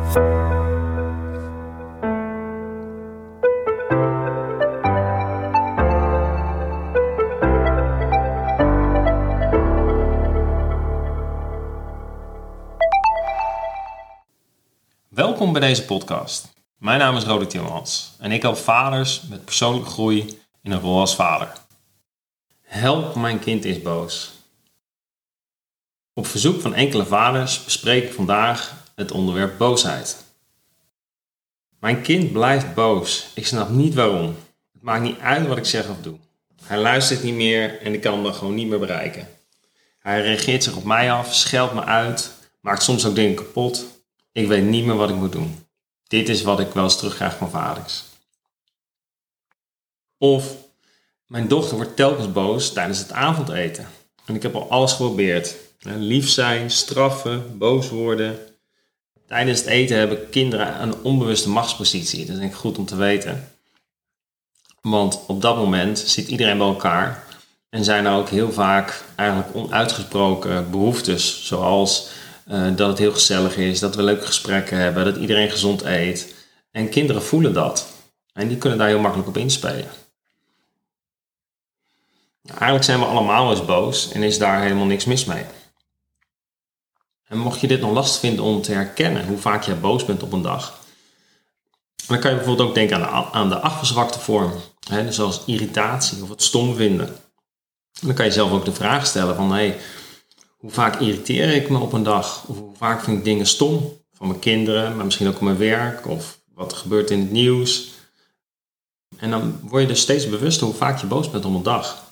Welkom bij deze podcast. Mijn naam is Roderick Timmermans en ik help vaders met persoonlijke groei in een rol als vader. Help, mijn kind is boos. Op verzoek van enkele vaders bespreek ik vandaag het onderwerp boosheid. Mijn kind blijft boos. Ik snap niet waarom. Het maakt niet uit wat ik zeg of doe. Hij luistert niet meer en ik kan hem gewoon niet meer bereiken. Hij reageert zich op mij af, scheldt me uit, maakt soms ook dingen kapot. Ik weet niet meer wat ik moet doen. Dit is wat ik wel eens terugkrijg van vaders. Of mijn dochter wordt telkens boos tijdens het avondeten. En ik heb al alles geprobeerd. Lief zijn, straffen, boos worden. Tijdens het eten hebben kinderen een onbewuste machtspositie. Dat is denk ik goed om te weten. Want op dat moment zit iedereen bij elkaar. En zijn er ook heel vaak eigenlijk onuitgesproken behoeftes. Zoals dat het heel gezellig is, dat we leuke gesprekken hebben, dat iedereen gezond eet. En kinderen voelen dat. En die kunnen daar heel makkelijk op inspelen. Eigenlijk zijn we allemaal eens boos en is daar helemaal niks mis mee. En mocht je dit nog lastig vinden om te herkennen hoe vaak jij boos bent op een dag, dan kan je bijvoorbeeld ook denken aan de afgezwakte vorm. Dus zoals irritatie of het stom vinden. En dan kan je zelf ook de vraag stellen van hoe vaak irriteer ik me op een dag? Of hoe vaak vind ik dingen stom? Van mijn kinderen, maar misschien ook op mijn werk of wat er gebeurt in het nieuws. En dan word je dus steeds bewuster hoe vaak je boos bent op een dag.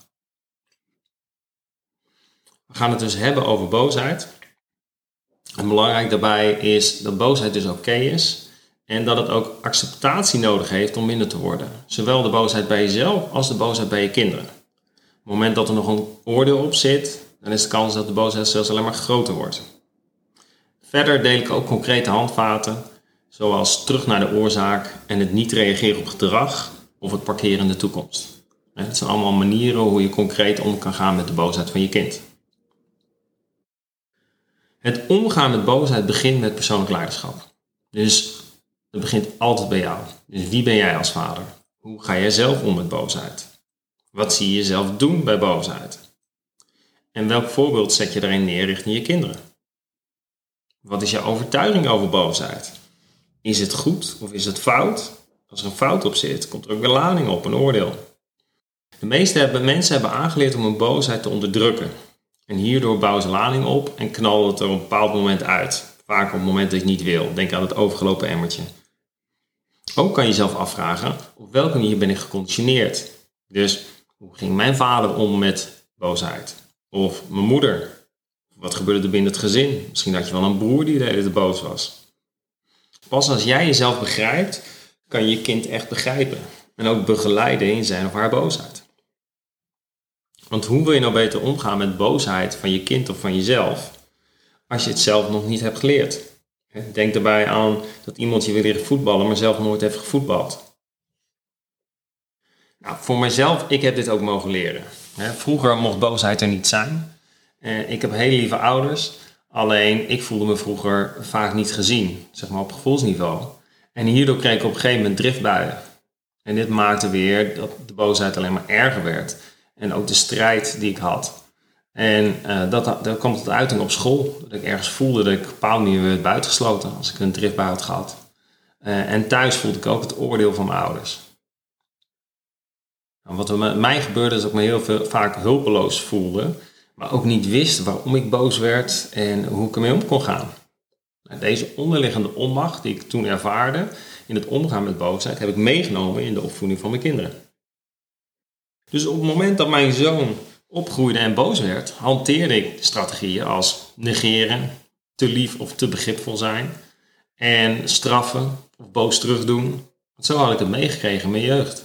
We gaan het dus hebben over boosheid. En belangrijk daarbij is dat boosheid dus oké is. En dat het ook acceptatie nodig heeft om minder te worden. Zowel de boosheid bij jezelf als de boosheid bij je kinderen. Op het moment dat er nog een oordeel op zit, dan is de kans dat de boosheid zelfs alleen maar groter wordt. Verder deel ik ook concrete handvaten, zoals terug naar de oorzaak en het niet reageren op gedrag of het parkeren in de toekomst. Het zijn allemaal manieren hoe je concreet om kan gaan met de boosheid van je kind. Het omgaan met boosheid begint met persoonlijk leiderschap. Dus het begint altijd bij jou. Dus wie ben jij als vader? Hoe ga jij zelf om met boosheid? Wat zie je zelf doen bij boosheid? En welk voorbeeld zet je daarin neer richting je kinderen? Wat is jouw overtuiging over boosheid? Is het goed of is het fout? Als er een fout op zit, komt er ook een lading op, een oordeel. De meeste mensen hebben aangeleerd om hun boosheid te onderdrukken. En hierdoor bouwen ze lading op en knallen het er op een bepaald moment uit. Vaak op het moment dat je het niet wil. Denk aan het overgelopen emmertje. Ook kan je jezelf afvragen, op welke manier ben ik geconditioneerd? Dus, hoe ging mijn vader om met boosheid? Of mijn moeder? Wat gebeurde er binnen het gezin? Misschien had je wel een broer die de hele tijd boos was. Pas als jij jezelf begrijpt, kan je je kind echt begrijpen. En ook begeleiden in zijn of haar boosheid. Want hoe wil je nou beter omgaan met boosheid van je kind of van jezelf, als je het zelf nog niet hebt geleerd? Denk daarbij aan dat iemand je wil leren voetballen, maar zelf nooit heeft gevoetbald. Nou, voor mezelf, ik heb dit ook mogen leren. Vroeger mocht boosheid er niet zijn. Ik heb hele lieve ouders, alleen ik voelde me vroeger vaak niet gezien, zeg maar op gevoelsniveau. En hierdoor kreeg ik op een gegeven moment driftbuien. En dit maakte weer dat de boosheid alleen maar erger werd. En ook de strijd die ik had. En dat kwam tot uiting op school. Dat ik ergens voelde dat ik op een bepaalde manier werd buitengesloten als ik een driftbui had gehad. En thuis voelde ik ook het oordeel van mijn ouders. Nou, wat er met mij gebeurde is dat ik me vaak hulpeloos voelde. Maar ook niet wist waarom ik boos werd en hoe ik ermee om kon gaan. Deze onderliggende onmacht die ik toen ervaarde in het omgaan met boosheid heb ik meegenomen in de opvoeding van mijn kinderen. Dus op het moment dat mijn zoon opgroeide en boos werd, hanteerde ik strategieën als negeren, te lief of te begripvol zijn en straffen of boos terugdoen. Want zo had ik het meegekregen in mijn jeugd.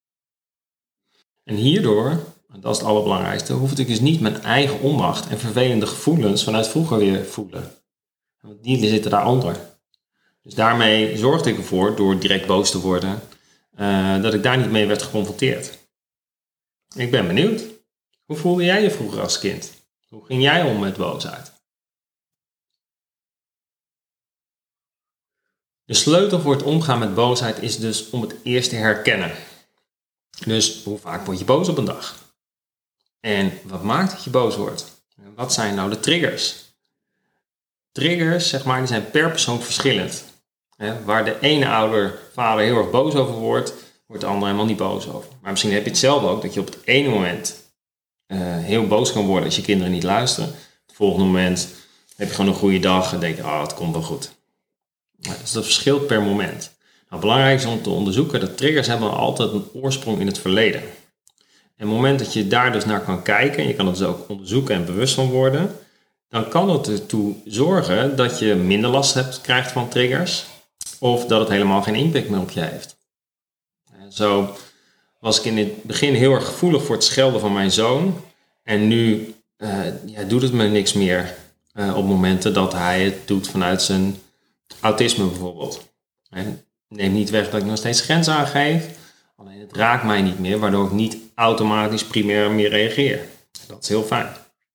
En hierdoor, en dat is het allerbelangrijkste, hoefde ik dus niet mijn eigen onmacht en vervelende gevoelens vanuit vroeger weer voelen. Want die zitten daaronder. Dus daarmee zorgde ik ervoor, door direct boos te worden, dat ik daar niet mee werd geconfronteerd. Ik ben benieuwd. Hoe voelde jij je vroeger als kind? Hoe ging jij om met boosheid? De sleutel voor het omgaan met boosheid is dus om het eerst te herkennen. Dus hoe vaak word je boos op een dag? En wat maakt dat je boos wordt? En wat zijn nou de triggers? Triggers, zeg maar, die zijn per persoon verschillend. Waar de ene vader heel erg boos over wordt de ander helemaal niet boos over. Maar misschien heb je het zelf ook, dat je op het ene moment heel boos kan worden als je kinderen niet luisteren. Op het volgende moment heb je gewoon een goede dag en denk je, het komt wel goed. Dus dat verschilt per moment. Nou, belangrijk is om te onderzoeken dat triggers hebben altijd een oorsprong in het verleden. En op het moment dat je daar dus naar kan kijken, en je kan het dus ook onderzoeken en bewust van worden, dan kan het ertoe zorgen dat je minder last krijgt van triggers, of dat het helemaal geen impact meer op je heeft. Zo was ik in het begin heel erg gevoelig voor het schelden van mijn zoon. En nu doet het me niks meer op momenten dat hij het doet vanuit zijn autisme bijvoorbeeld. En neemt niet weg dat ik nog steeds grenzen aangeef. Alleen het raakt mij niet meer, waardoor ik niet automatisch primair meer reageer. Dat is heel fijn.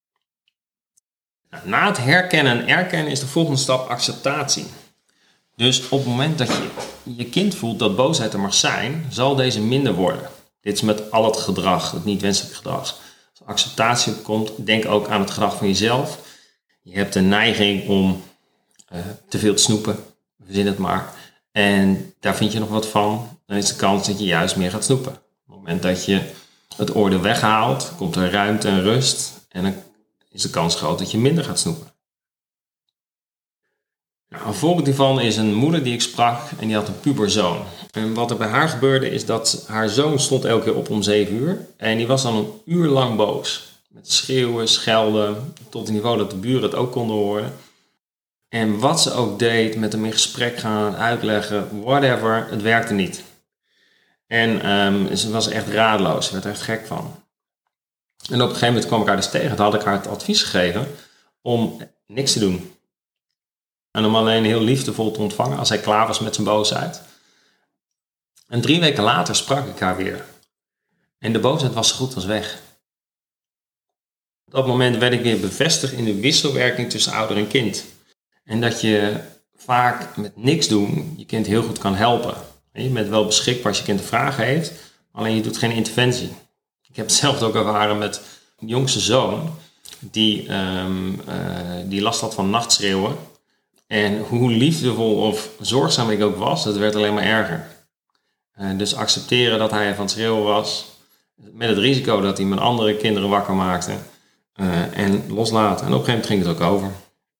Nou, na het herkennen en erkennen is de volgende stap acceptatie. Dus op het moment dat je kind voelt dat boosheid er mag zijn, zal deze minder worden. Dit is met al het gedrag, het niet wenselijk gedrag. Als acceptatie opkomt, denk ook aan het gedrag van jezelf. Je hebt een neiging om te veel te snoepen, verzin het maar. En daar vind je nog wat van, dan is de kans dat je juist meer gaat snoepen. Op het moment dat je het oordeel weghaalt, komt er ruimte en rust. En dan is de kans groot dat je minder gaat snoepen. Nou, een voorbeeld hiervan is een moeder die ik sprak en die had een puberzoon. En wat er bij haar gebeurde is dat haar zoon stond elke keer op om 7 uur. En die was dan een uur lang boos. Met schreeuwen, schelden, tot het niveau dat de buren het ook konden horen. En wat ze ook deed, met hem in gesprek gaan, uitleggen, whatever, het werkte niet. En ze was echt radeloos, ze werd er echt gek van. En op een gegeven moment kwam ik haar dus tegen, toen had ik haar het advies gegeven om niks te doen. En om alleen heel liefdevol te ontvangen als hij klaar was met zijn boosheid. En 3 weken later sprak ik haar weer. En de boosheid was zo goed als weg. Op dat moment werd ik weer bevestigd in de wisselwerking tussen ouder en kind. En dat je vaak met niks doen je kind heel goed kan helpen. Je bent wel beschikbaar als je kind een vraag heeft, alleen je doet geen interventie. Ik heb hetzelfde ook ervaren met mijn jongste zoon. Die last had van nachtschreeuwen. En hoe liefdevol of zorgzaam ik ook was, het werd alleen maar erger. Dus accepteren dat hij van het schreeuwen was, met het risico dat hij met andere kinderen wakker maakte. En loslaten. En op een gegeven moment ging het ook over.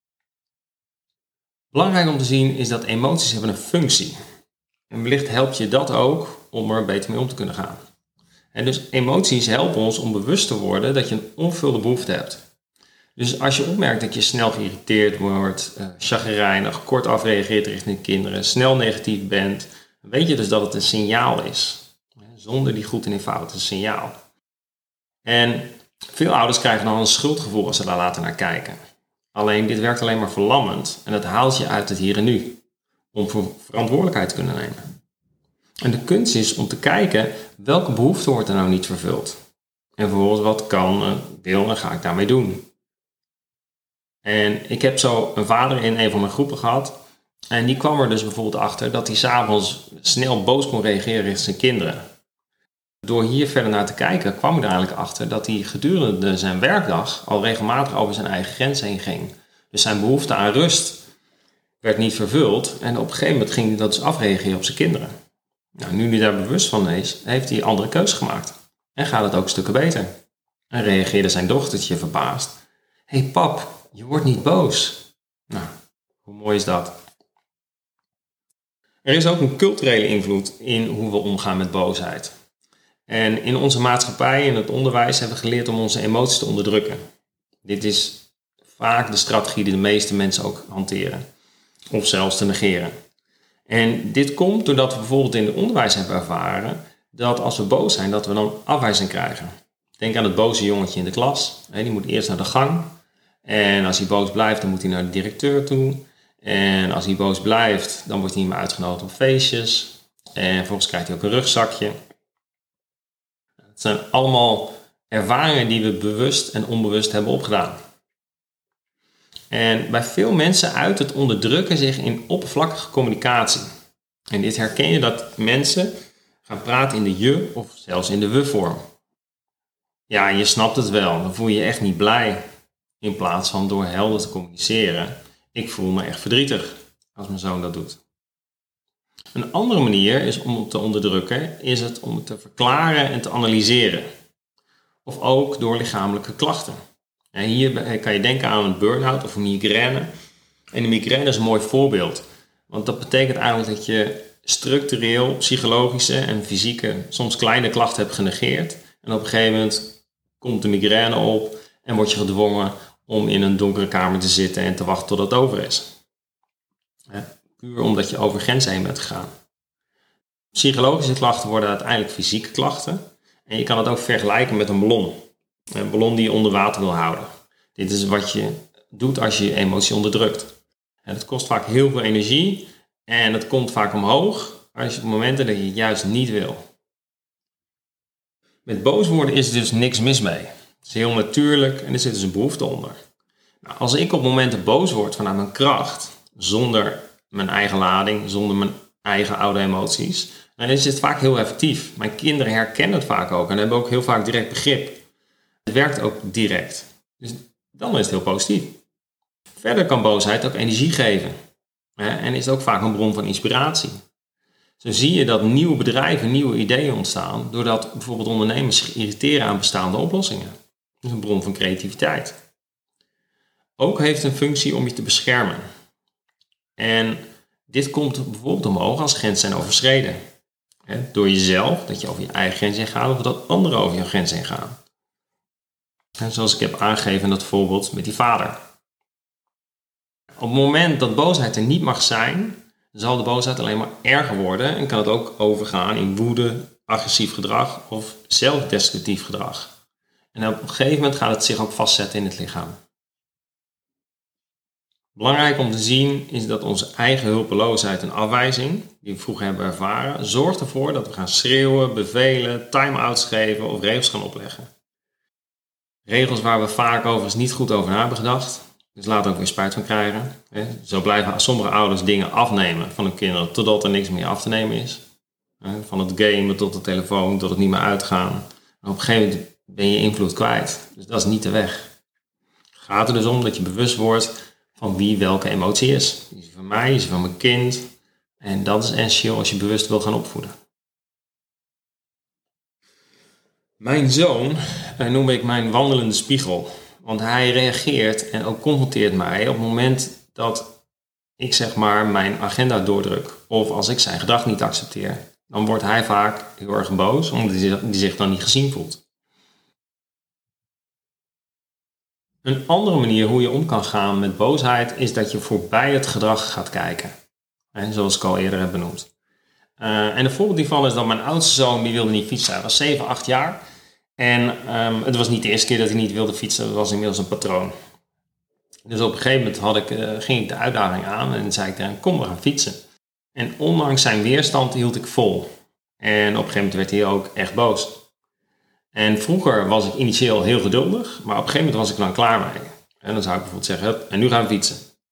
Belangrijk om te zien is dat emoties hebben een functie. En wellicht helpt je dat ook om er beter mee om te kunnen gaan. En dus emoties helpen ons om bewust te worden dat je een onvervulde behoefte hebt. Dus als je opmerkt dat je snel geïrriteerd wordt, chagrijnig, kort afreageert richting kinderen, snel negatief bent, dan weet je dus dat het een signaal is. Zonder die goed en eenvoudig een signaal. En veel ouders krijgen dan een schuldgevoel als ze daar later naar kijken. Alleen dit werkt alleen maar verlammend en het haalt je uit het hier en nu. Om verantwoordelijkheid te kunnen nemen. En de kunst is om te kijken welke behoefte wordt er nou niet vervuld. En vervolgens wat kan, wil en ga ik daarmee doen. En ik heb zo een vader in een van mijn groepen gehad. En die kwam er dus bijvoorbeeld achter dat hij 's avonds snel boos kon reageren richting zijn kinderen. Door hier verder naar te kijken kwam ik er eigenlijk achter dat hij gedurende zijn werkdag al regelmatig over zijn eigen grens heen ging. Dus zijn behoefte aan rust werd niet vervuld en op een gegeven moment ging hij dat dus afreageren op zijn kinderen. Nou, nu hij daar bewust van is, heeft hij andere keuzes gemaakt. En gaat het ook stukken beter. En reageerde zijn dochtertje verbaasd. Hé pap, je wordt niet boos. Nou, hoe mooi is dat? Er is ook een culturele invloed in hoe we omgaan met boosheid. En in onze maatschappij en het onderwijs hebben we geleerd om onze emoties te onderdrukken. Dit is vaak de strategie die de meeste mensen ook hanteren. Of zelfs te negeren. En dit komt doordat we bijvoorbeeld in het onderwijs hebben ervaren dat als we boos zijn, dat we dan afwijzing krijgen. Denk aan het boze jongetje in de klas. Die moet eerst naar de gang. En als hij boos blijft, dan moet hij naar de directeur toe. En als hij boos blijft, dan wordt hij niet meer uitgenodigd op feestjes. En vervolgens krijgt hij ook een rugzakje. Het zijn allemaal ervaringen die we bewust en onbewust hebben opgedaan. En bij veel mensen uit het onderdrukken zich in oppervlakkige communicatie. En dit herken je dat mensen gaan praten in de je of zelfs in de we-vorm. Ja, je snapt het wel, dan voel je je echt niet blij. In plaats van door helder te communiceren, ik voel me echt verdrietig als mijn zoon dat doet. Een andere manier is om het te onderdrukken, is het om het te verklaren en te analyseren. Of ook door lichamelijke klachten. En hier kan je denken aan een burn-out of een migraine. En de migraine is een mooi voorbeeld. Want dat betekent eigenlijk dat je structureel, psychologische en fysieke, soms kleine klachten hebt genegeerd. En op een gegeven moment komt de migraine op en word je gedwongen om in een donkere kamer te zitten en te wachten tot het over is. Puur omdat je over grenzen heen bent gegaan. Psychologische klachten worden uiteindelijk fysieke klachten. En je kan het ook vergelijken met een ballon. Een ballon die je onder water wil houden. Dit is wat je doet als je je emotie onderdrukt. En het kost vaak heel veel energie. En het komt vaak omhoog als je op momenten dat je het juist niet wil. Met boos worden is er dus niks mis mee. Het is heel natuurlijk en er zit dus een behoefte onder. Nou, als ik op momenten boos word vanuit mijn kracht, zonder mijn eigen lading, zonder mijn eigen oude emoties, dan is het vaak heel effectief. Mijn kinderen herkennen het vaak ook en hebben ook heel vaak direct begrip. Het werkt ook direct. Dus dan is het heel positief. Verder kan boosheid ook energie geven. En is het ook vaak een bron van inspiratie. Zo zie je dat nieuwe bedrijven, nieuwe ideeën ontstaan, doordat bijvoorbeeld ondernemers zich irriteren aan bestaande oplossingen. Dat is een bron van creativiteit. Ook heeft het een functie om je te beschermen. En dit komt bijvoorbeeld omhoog als grenzen zijn overschreden. Door jezelf, dat je over je eigen grens heen gaat, of dat anderen over je grens heen gaan. En zoals ik heb aangegeven in dat voorbeeld met die vader. Op het moment dat boosheid er niet mag zijn, zal de boosheid alleen maar erger worden en kan het ook overgaan in woede, agressief gedrag of zelfdestructief gedrag. En op een gegeven moment gaat het zich ook vastzetten in het lichaam. Belangrijk om te zien is dat onze eigen hulpeloosheid en afwijzing, die we vroeger hebben ervaren, zorgt ervoor dat we gaan schreeuwen, bevelen, time-outs geven of regels gaan opleggen. Regels waar we vaak overigens niet goed over na hebben gedacht. Dus later ook weer spijt van krijgen. Zo blijven sommige ouders dingen afnemen van hun kinderen totdat er niks meer af te nemen is. Van het gamen tot de telefoon, tot het niet meer uitgaan. En op een gegeven moment ben je invloed kwijt. Dus dat is niet de weg. Het gaat er dus om dat je bewust wordt van wie welke emotie is. Is die van mij, is die van mijn kind. En dat is essentieel als je bewust wil gaan opvoeden. Mijn zoon noem ik mijn wandelende spiegel. Want hij reageert en ook confronteert mij op het moment dat ik zeg maar mijn agenda doordruk. Of als ik zijn gedrag niet accepteer. Dan wordt hij vaak heel erg boos omdat hij zich dan niet gezien voelt. Een andere manier hoe je om kan gaan met boosheid is dat je voorbij het gedrag gaat kijken. Zoals ik al eerder heb benoemd. En een voorbeeld hiervan is dat mijn oudste zoon die wilde niet fietsen. Hij was 7, 8 jaar. En het was niet de eerste keer dat hij niet wilde fietsen. Dat was inmiddels een patroon. Dus op een gegeven moment ging ik de uitdaging aan. En zei ik tegen hem, kom we gaan fietsen. En ondanks zijn weerstand hield ik vol. En op een gegeven moment werd hij ook echt boos. En vroeger was ik initieel heel geduldig. Maar op een gegeven moment was ik dan klaar mee. En dan zou ik bijvoorbeeld zeggen, hup, en nu gaan we fietsen.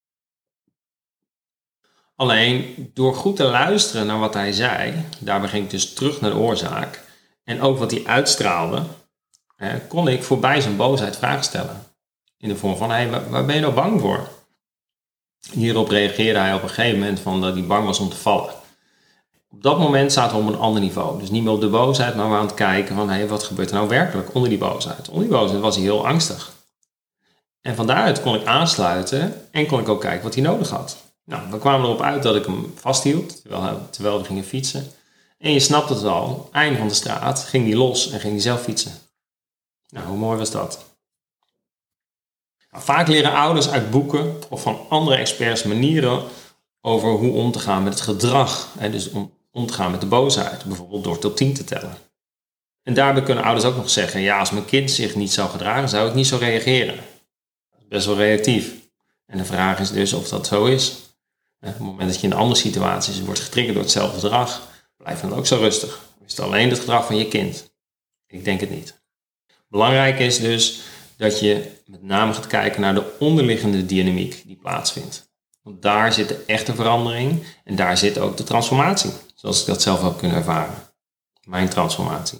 Alleen door goed te luisteren naar wat hij zei, daarbij ging ik dus terug naar de oorzaak. En ook wat hij uitstraalde, kon ik voorbij zijn boosheid vragen stellen. In de vorm van, waar ben je nou bang voor? Hierop reageerde hij op een gegeven moment van dat hij bang was om te vallen. Op dat moment zaten we op een ander niveau. Dus niet meer op de boosheid, maar we waren aan het kijken van, wat gebeurt er nou werkelijk onder die boosheid? Onder die boosheid was hij heel angstig. En van daaruit kon ik aansluiten en kon ik ook kijken wat hij nodig had. Nou, we kwamen erop uit dat ik hem vasthield, terwijl we gingen fietsen. En je snapt het al, einde van de straat ging hij los en ging hij zelf fietsen. Nou, hoe mooi was dat? Nou, vaak leren ouders uit boeken of van andere experts manieren over hoe om te gaan met het gedrag. Dus om te gaan met de boosheid, bijvoorbeeld door tot 10 te tellen. En daarbij kunnen ouders ook nog zeggen, ja, als mijn kind zich niet zou gedragen, zou ik niet zo reageren. Dat is best wel reactief. En de vraag is dus of dat zo is. Op het moment dat je in een andere situatie wordt getriggerd door hetzelfde gedrag, blijf dan ook zo rustig. Is het alleen het gedrag van je kind? Ik denk het niet. Belangrijk is dus dat je met name gaat kijken naar de onderliggende dynamiek die plaatsvindt. Want daar zit de echte verandering en daar zit ook de transformatie. Zoals ik dat zelf heb kunnen ervaren. Mijn transformatie.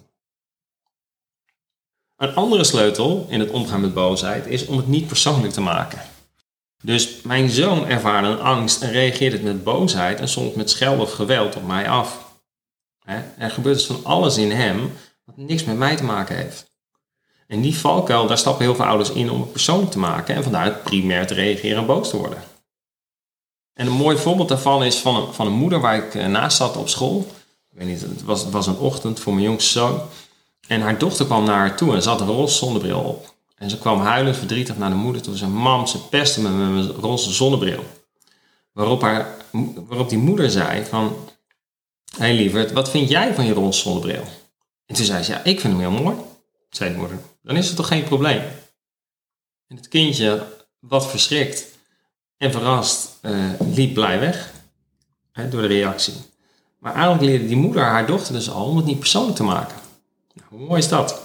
Een andere sleutel in het omgaan met boosheid is om het niet persoonlijk te maken. Dus mijn zoon ervaarde een angst en reageerde met boosheid en soms met schelden of geweld op mij af. Er gebeurt dus van alles in hem wat niks met mij te maken heeft. En die valkuil, daar stappen heel veel ouders in om het persoonlijk te maken en vanuit primair te reageren en boos te worden. En een mooi voorbeeld daarvan is van een moeder waar ik naast zat op school. Ik weet niet, het was een ochtend voor mijn jongste zoon. En haar dochter kwam naar haar toe en ze had een roze zonnebril op. En ze kwam huilend verdrietig naar de moeder toe. Ze zei, mam, ze pestte me met mijn roze zonnebril. Waarop die moeder zei van, hé lieverd, wat vind jij van je roze zonnebril? En toen zei ze, ja, ik vind hem heel mooi, zei de moeder. Dan is het toch geen probleem? En het kindje, wat verschrikt en verrast, liep blij weg door de reactie. Maar eigenlijk leerde die moeder haar dochter dus al om het niet persoonlijk te maken. Nou, hoe mooi is dat?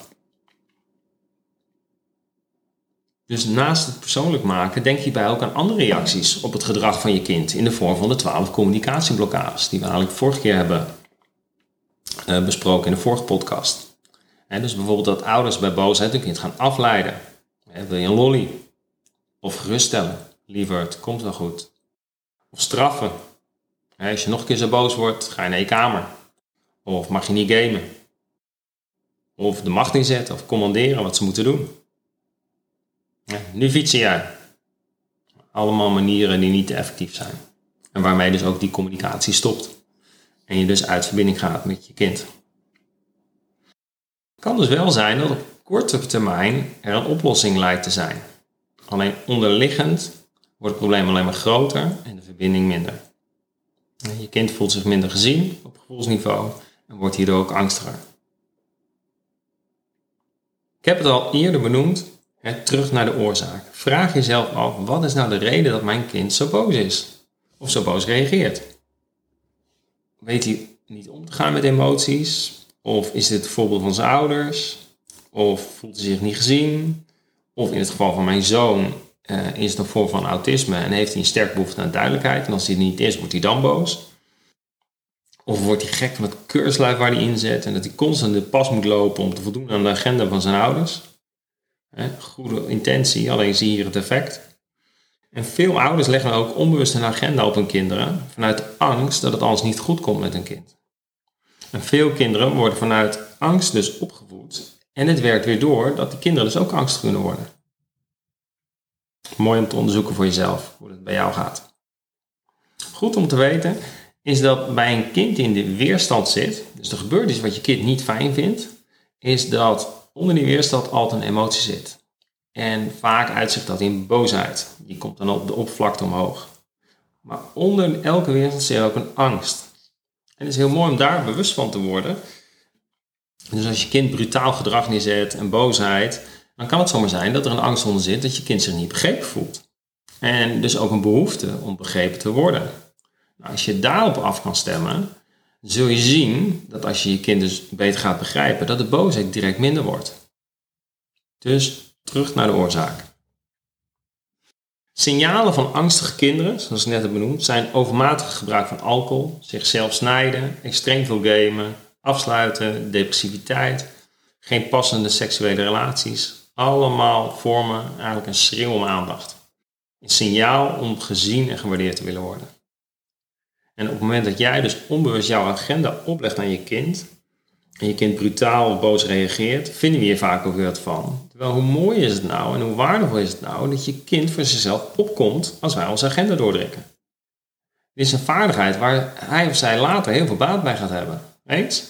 Dus naast het persoonlijk maken, denk hierbij ook aan andere reacties op het gedrag van je kind in de vorm van de 12 communicatieblokkades, die we eigenlijk vorige keer hebben besproken in de vorige podcast. Dus bijvoorbeeld dat ouders bij boosheid hun kind gaan afleiden. Wil je een lolly? Of geruststellen. Liever, het komt wel goed. Of straffen. Als je nog een keer zo boos wordt, ga je naar je kamer. Of mag je niet gamen. Of de macht inzetten of commanderen wat ze moeten doen. Nu fietsen jij. Allemaal manieren die niet effectief zijn. En waarmee dus ook die communicatie stopt. En je dus uit verbinding gaat met je kind. Het kan dus wel zijn dat op korte termijn er een oplossing lijkt te zijn. Alleen onderliggend wordt het probleem alleen maar groter en de verbinding minder. Je kind voelt zich minder gezien op gevoelsniveau en wordt hierdoor ook angstiger. Ik heb het al eerder benoemd, terug naar de oorzaak. Vraag jezelf af, wat is nou de reden dat mijn kind zo boos is? Of zo boos reageert? Weet hij niet om te gaan met emoties? Of is dit het voorbeeld van zijn ouders? Of voelt hij zich niet gezien? Of in het geval van mijn zoon is het een vorm van autisme en heeft hij een sterk behoefte aan duidelijkheid. En als hij het niet is, wordt hij dan boos. Of wordt hij gek van het keurslijf waar hij in zit en dat hij constant de pas moet lopen om te voldoen aan de agenda van zijn ouders. Goede intentie, alleen zie je hier het effect. En veel ouders leggen ook onbewust een agenda op hun kinderen vanuit de angst dat het anders niet goed komt met hun kind. En veel kinderen worden vanuit angst dus opgevoed en het werkt weer door dat de kinderen dus ook angstig kunnen worden. Mooi om te onderzoeken voor jezelf hoe het bij jou gaat. Goed om te weten is dat bij een kind die in de weerstand zit, dus er gebeurt iets wat je kind niet fijn vindt, is dat onder die weerstand altijd een emotie zit. En vaak uitzicht dat in boosheid. Die komt dan op de oppervlakte omhoog. Maar onder elke weerstand zit ook een angst. En het is heel mooi om daar bewust van te worden. Dus als je kind brutaal gedrag neerzet en boosheid, dan kan het zomaar zijn dat er een angst onder zit dat je kind zich niet begrepen voelt. En dus ook een behoefte om begrepen te worden. Nou, als je daarop af kan stemmen, zul je zien dat als je je kind dus beter gaat begrijpen, dat de boosheid direct minder wordt. Dus terug naar de oorzaak. Signalen van angstige kinderen, zoals ik net heb benoemd, zijn overmatig gebruik van alcohol, zichzelf snijden, extreem veel gamen, afsluiten, depressiviteit, geen passende seksuele relaties. Allemaal vormen eigenlijk een schreeuw om aandacht. Een signaal om gezien en gewaardeerd te willen worden. En op het moment dat jij dus onbewust jouw agenda oplegt aan je kind en je kind brutaal of boos reageert, vinden we hier vaak ook weer wat van. Terwijl hoe mooi is het nou en hoe waardevol is het nou dat je kind voor zichzelf opkomt als wij onze agenda doordrukken. Dit is een vaardigheid waar hij of zij later heel veel baat bij gaat hebben. Eens?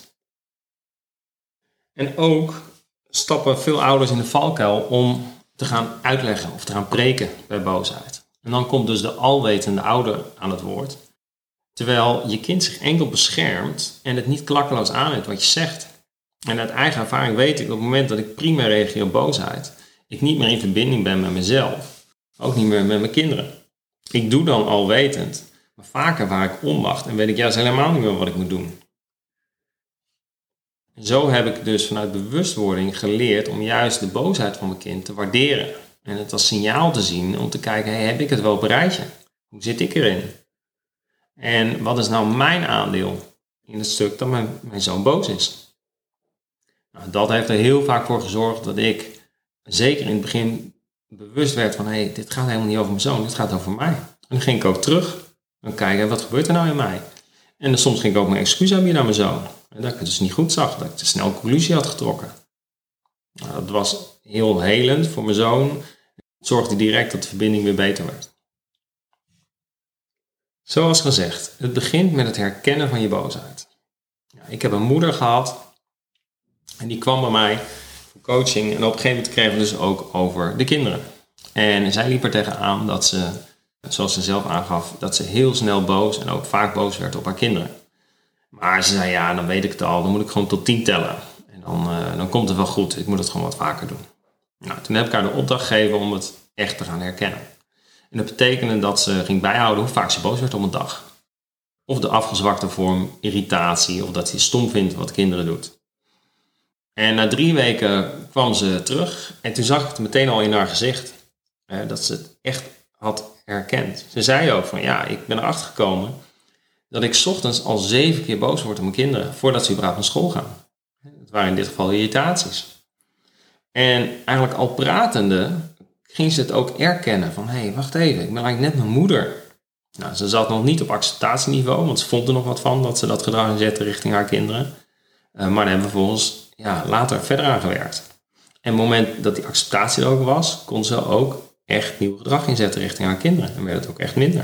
En ook stappen veel ouders in de valkuil om te gaan uitleggen of te gaan preken bij boosheid. En dan komt dus de alwetende ouder aan het woord. Terwijl je kind zich enkel beschermt en het niet klakkeloos aanneemt wat je zegt. En uit eigen ervaring weet ik op het moment dat ik primair reageer op boosheid, ik niet meer in verbinding ben met mezelf. Ook niet meer met mijn kinderen. Ik doe dan alwetend. Maar vaker waar ik onmacht en weet ik juist helemaal niet meer wat ik moet doen. Zo heb ik dus vanuit bewustwording geleerd om juist de boosheid van mijn kind te waarderen. En het als signaal te zien om te kijken, heb ik het wel op een rijtje? Hoe zit ik erin? En wat is nou mijn aandeel in het stuk dat mijn zoon boos is? Nou, dat heeft er heel vaak voor gezorgd dat ik, zeker in het begin, bewust werd van, dit gaat helemaal niet over mijn zoon, dit gaat over mij. En dan ging ik ook terug en kijken, wat gebeurt er nou in mij? En dan soms ging ik ook mijn excuus aanbieden aan mijn zoon. En dat ik het dus niet goed zag, dat ik te snel een conclusie had getrokken. Nou, dat was heel helend voor mijn zoon. Het zorgde direct dat de verbinding weer beter werd. Zoals gezegd, het begint met het herkennen van je boosheid. Ja, ik heb een moeder gehad en die kwam bij mij voor coaching. En op een gegeven moment kregen we dus ook over de kinderen. En zij liep er tegenaan dat ze, zoals ze zelf aangaf, dat ze heel snel boos en ook vaak boos werd op haar kinderen. Maar ze zei, dan weet ik het al, dan moet ik gewoon tot 10 tellen. En dan komt het wel goed, ik moet het gewoon wat vaker doen. Nou, toen heb ik haar de opdracht gegeven om het echt te gaan herkennen. En dat betekende dat ze ging bijhouden hoe vaak ze boos werd op een dag. Of de afgezwakte vorm irritatie, of dat ze stom vindt wat kinderen doet. En na 3 weken kwam ze terug en toen zag ik het meteen al in haar gezicht. Dat ze het echt had herkend. Ze zei ook van, ik ben erachter gekomen dat ik 's ochtends al 7 keer boos word op mijn kinderen voordat ze überhaupt naar school gaan. Het waren in dit geval irritaties. En eigenlijk al pratende ging ze het ook erkennen van, wacht even, ik ben eigenlijk net mijn moeder. Nou, ze zat nog niet op acceptatieniveau, want ze vond er nog wat van dat ze dat gedrag inzette richting haar kinderen. Maar daar hebben we vervolgens later verder aan gewerkt. En op het moment dat die acceptatie er ook was, kon ze ook echt nieuw gedrag inzetten richting haar kinderen. En werd het ook echt minder.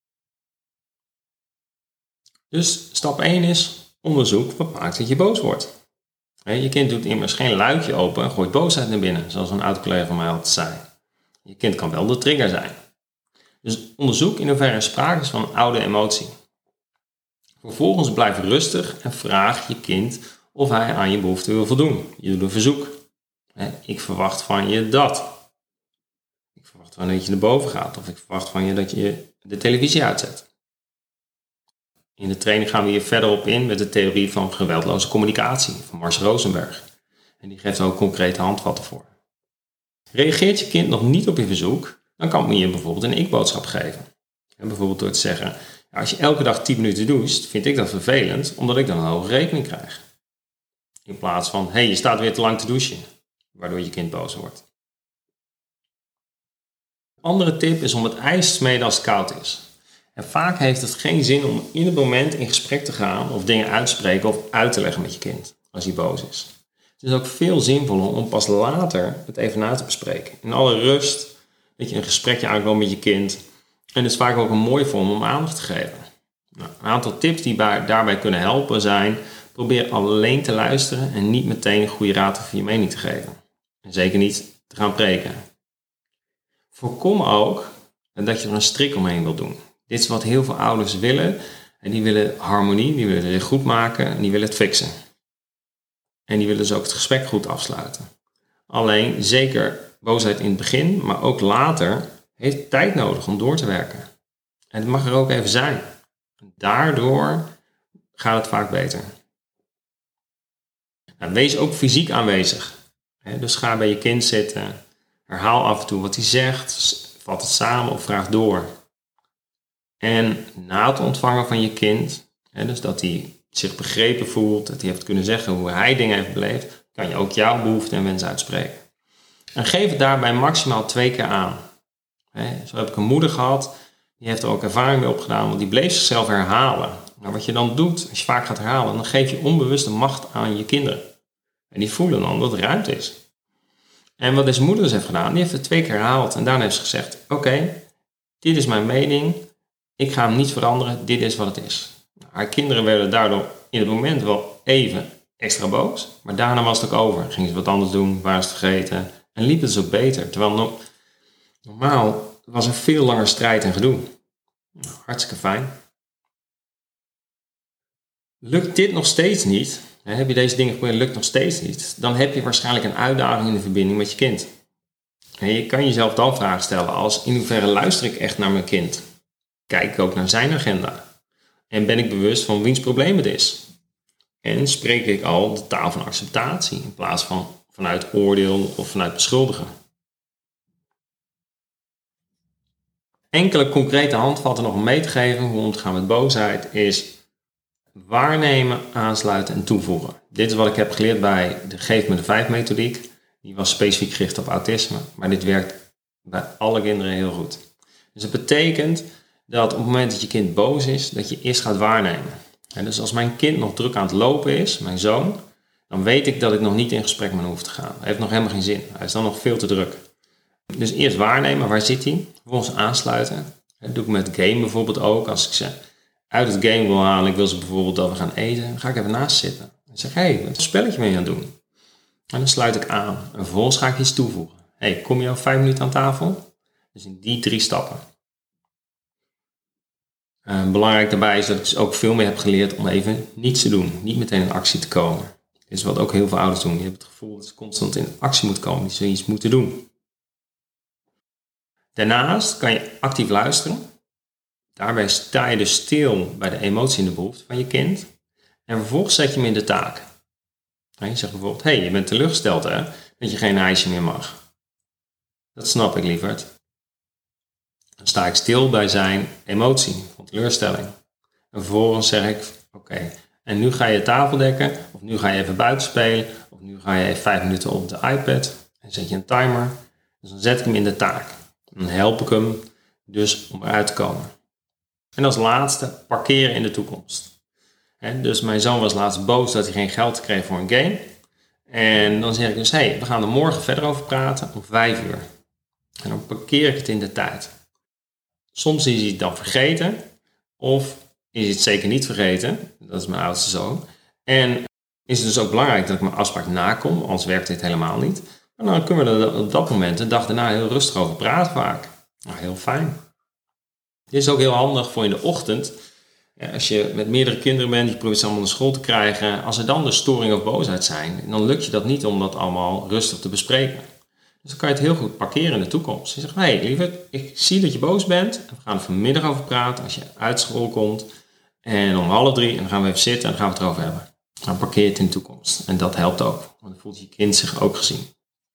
Dus stap 1 is onderzoek wat maakt dat je boos wordt. Je kind doet immers geen luikje open en gooit boosheid naar binnen, zoals een oud-collega van mij altijd zei. Je kind kan wel de trigger zijn. Dus onderzoek in hoeverre er sprake is van een oude emotie. Vervolgens blijf rustig en vraag je kind of hij aan je behoefte wil voldoen. Je doet een verzoek. Ik verwacht van je dat. Ik verwacht van je dat je naar boven gaat. Of ik verwacht van je dat je de televisie uitzet. In de training gaan we hier verder op in met de theorie van geweldloze communicatie van Mars Rosenberg. En die geeft ook concrete handvatten voor. Reageert je kind nog niet op je verzoek, dan kan men je bijvoorbeeld een ik-boodschap geven. En bijvoorbeeld door te zeggen, als je elke dag 10 minuten doucht, vind ik dat vervelend, omdat ik dan een hoge rekening krijg. In plaats van, je staat weer te lang te douchen, waardoor je kind boos wordt. Een andere tip is om het ijs te smeden als het koud is. En vaak heeft het geen zin om in het moment in gesprek te gaan of dingen uit te spreken of uit te leggen met je kind als hij boos is. Het is ook veel zinvoller om pas later het even na te bespreken. In alle rust, dat je een gesprekje aankomt met je kind. En het is vaak ook een mooie vorm om aandacht te geven. Nou, een aantal tips die daarbij kunnen helpen zijn, probeer alleen te luisteren en niet meteen een goede raad of je mening te geven. En zeker niet te gaan preken. Voorkom ook dat je er een strik omheen wilt doen. Dit is wat heel veel ouders willen. En die willen harmonie, die willen het goed maken en die willen het fixen. En die willen dus ook het gesprek goed afsluiten. Alleen, zeker boosheid in het begin, maar ook later, heeft tijd nodig om door te werken. En het mag er ook even zijn. Daardoor gaat het vaak beter. Nou, wees ook fysiek aanwezig. Dus ga bij je kind zitten. Herhaal af en toe wat hij zegt. Vat het samen of vraag door. En na het ontvangen van je kind, dus dat hij zich begrepen voelt, dat hij heeft kunnen zeggen hoe hij dingen heeft beleefd, kan je ook jouw behoeften en wensen uitspreken. En geef het daarbij maximaal 2 keer aan. Zo heb ik een moeder gehad, die heeft er ook ervaring mee opgedaan, want die bleef zichzelf herhalen. Nou, wat je dan doet, als je vaak gaat herhalen, dan geef je onbewuste macht aan je kinderen. En die voelen dan dat er ruimte is. En wat deze moeder dus heeft gedaan, die heeft het 2 keer herhaald en daarna heeft ze gezegd, oké, dit is mijn mening, ik ga hem niet veranderen, dit is wat het is. Haar kinderen werden daardoor in het moment wel even extra boos, maar daarna was het ook over. Gingen ze wat anders doen, waren ze het vergeten en liep het dus ook beter. Terwijl normaal was er veel langer strijd en gedoe. Nou, hartstikke fijn. Lukt dit nog steeds niet, heb je deze dingen geprobeerd, lukt nog steeds niet, dan heb je waarschijnlijk een uitdaging in de verbinding met je kind. En je kan jezelf dan vragen stellen als, in hoeverre luister ik echt naar mijn kind? Kijk ik ook naar zijn agenda? En ben ik bewust van wiens probleem het is? En spreek ik al de taal van acceptatie in plaats van vanuit oordeel of vanuit beschuldigen. Enkele concrete handvatten nog om mee te geven hoe om te gaan met boosheid is waarnemen, aansluiten en toevoegen. Dit is wat ik heb geleerd bij de Geef me de 5 methodiek. Die was specifiek gericht op autisme, maar dit werkt bij alle kinderen heel goed. Dus het betekent dat op het moment dat je kind boos is, dat je eerst gaat waarnemen. En dus als mijn kind nog druk aan het lopen is, mijn zoon, dan weet ik dat ik nog niet in gesprek met hem hoef te gaan. Hij heeft nog helemaal geen zin. Hij is dan nog veel te druk. Dus eerst waarnemen, waar zit hij? Vervolgens aansluiten. Dat doe ik met game bijvoorbeeld ook. Als ik ze uit het game wil halen, ik wil ze bijvoorbeeld dat we gaan eten, dan ga ik even naast zitten. En zeg, wat spelletje ben je aan het doen? En dan sluit ik aan. En vervolgens ga ik iets toevoegen. Kom je over 5 minuten aan tafel? Dus in die 3 stappen. Belangrijk daarbij is dat ik dus ook veel meer heb geleerd om even niets te doen. Niet meteen in actie te komen. Dit is wat ook heel veel ouders doen. Je hebt het gevoel dat ze constant in actie moeten komen. Dat ze iets moeten doen. Daarnaast kan je actief luisteren. Daarbij sta je dus stil bij de emotie en de behoefte van je kind. En vervolgens zet je hem in de taak. Je zegt bijvoorbeeld, je bent teleurgesteld hè, dat je geen ijsje meer mag. Dat snap ik, lieverd. Dan sta ik stil bij zijn emotie van teleurstelling. En vervolgens zeg ik, oké, en nu ga je tafel dekken, of nu ga je even buiten spelen, of nu ga je even 5 minuten op de iPad en zet je een timer. Dus dan zet ik hem in de taak. Dan help ik hem dus om eruit te komen. En als laatste, parkeren in de toekomst. Dus mijn zoon was laatst boos dat hij geen geld kreeg voor een game. En dan zeg ik dus, we gaan er morgen verder over praten om 5 uur. En dan parkeer ik het in de tijd. Soms is hij het dan vergeten, of is hij het zeker niet vergeten. Dat is mijn oudste zoon. En is het dus ook belangrijk dat ik mijn afspraak nakom, anders werkt dit helemaal niet. Maar dan kunnen we er op dat moment de dag daarna heel rustig over praten vaak. Nou, heel fijn. Dit is ook heel handig voor in de ochtend. Als je met meerdere kinderen bent, je probeert ze allemaal naar school te krijgen. Als er dan de storing of boosheid zijn, dan lukt je dat niet om dat allemaal rustig te bespreken. Dus dan kan je het heel goed parkeren in de toekomst. Je zegt, lieverd, ik zie dat je boos bent. We gaan er vanmiddag over praten als je uit school komt. En om 2:30 en dan gaan we even zitten en dan gaan we het erover hebben. Dan parkeer je het in de toekomst. En dat helpt ook. Want dan voelt je kind zich ook gezien.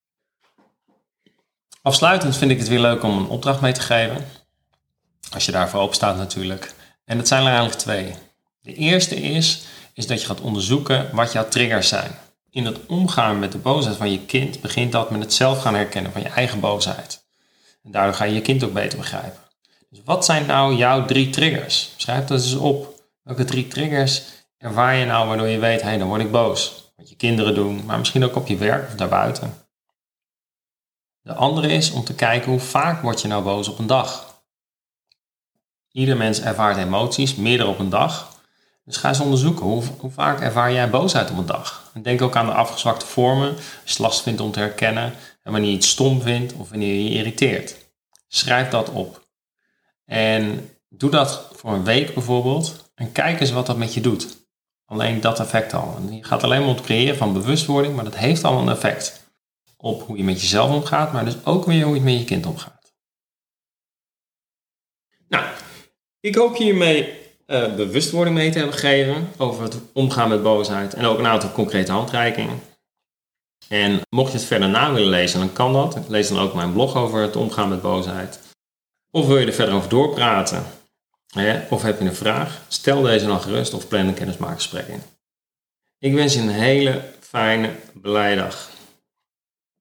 Afsluitend vind ik het weer leuk om een opdracht mee te geven. Als je daarvoor open staat natuurlijk. En dat zijn er eigenlijk 2. De eerste is dat je gaat onderzoeken wat jouw triggers zijn. In het omgaan met de boosheid van je kind begint dat met het zelf gaan herkennen van je eigen boosheid. En daardoor ga je je kind ook beter begrijpen. Dus wat zijn nou jouw 3 triggers? Schrijf dat eens op. Welke 3 triggers ervaar je nou waardoor je weet, dan word ik boos. Wat je kinderen doen, maar misschien ook op je werk of daarbuiten. De andere is om te kijken hoe vaak word je nou boos op een dag. Ieder mens ervaart emoties, meerdere op een dag. Dus ga eens onderzoeken, hoe vaak ervaar jij boosheid op een dag? En denk ook aan de afgezwakte vormen, als je het lastig vindt om te herkennen, en wanneer je iets stom vindt of wanneer je je irriteert. Schrijf dat op. En doe dat voor een week bijvoorbeeld en kijk eens wat dat met je doet. Alleen dat effect al. En je gaat alleen maar om het creëren van bewustwording, maar dat heeft al een effect op hoe je met jezelf omgaat, maar dus ook weer hoe je met je kind omgaat. Nou, ik hoop je hiermee bewustwording mee te hebben gegeven over het omgaan met boosheid en ook een aantal concrete handreikingen. En mocht je het verder na willen lezen, dan kan dat. Lees dan ook mijn blog over het omgaan met boosheid. Of wil je er verder over doorpraten? Of heb je een vraag? Stel deze dan gerust of plan een kennismakingsgesprek in. Ik wens je een hele fijne, blije dag.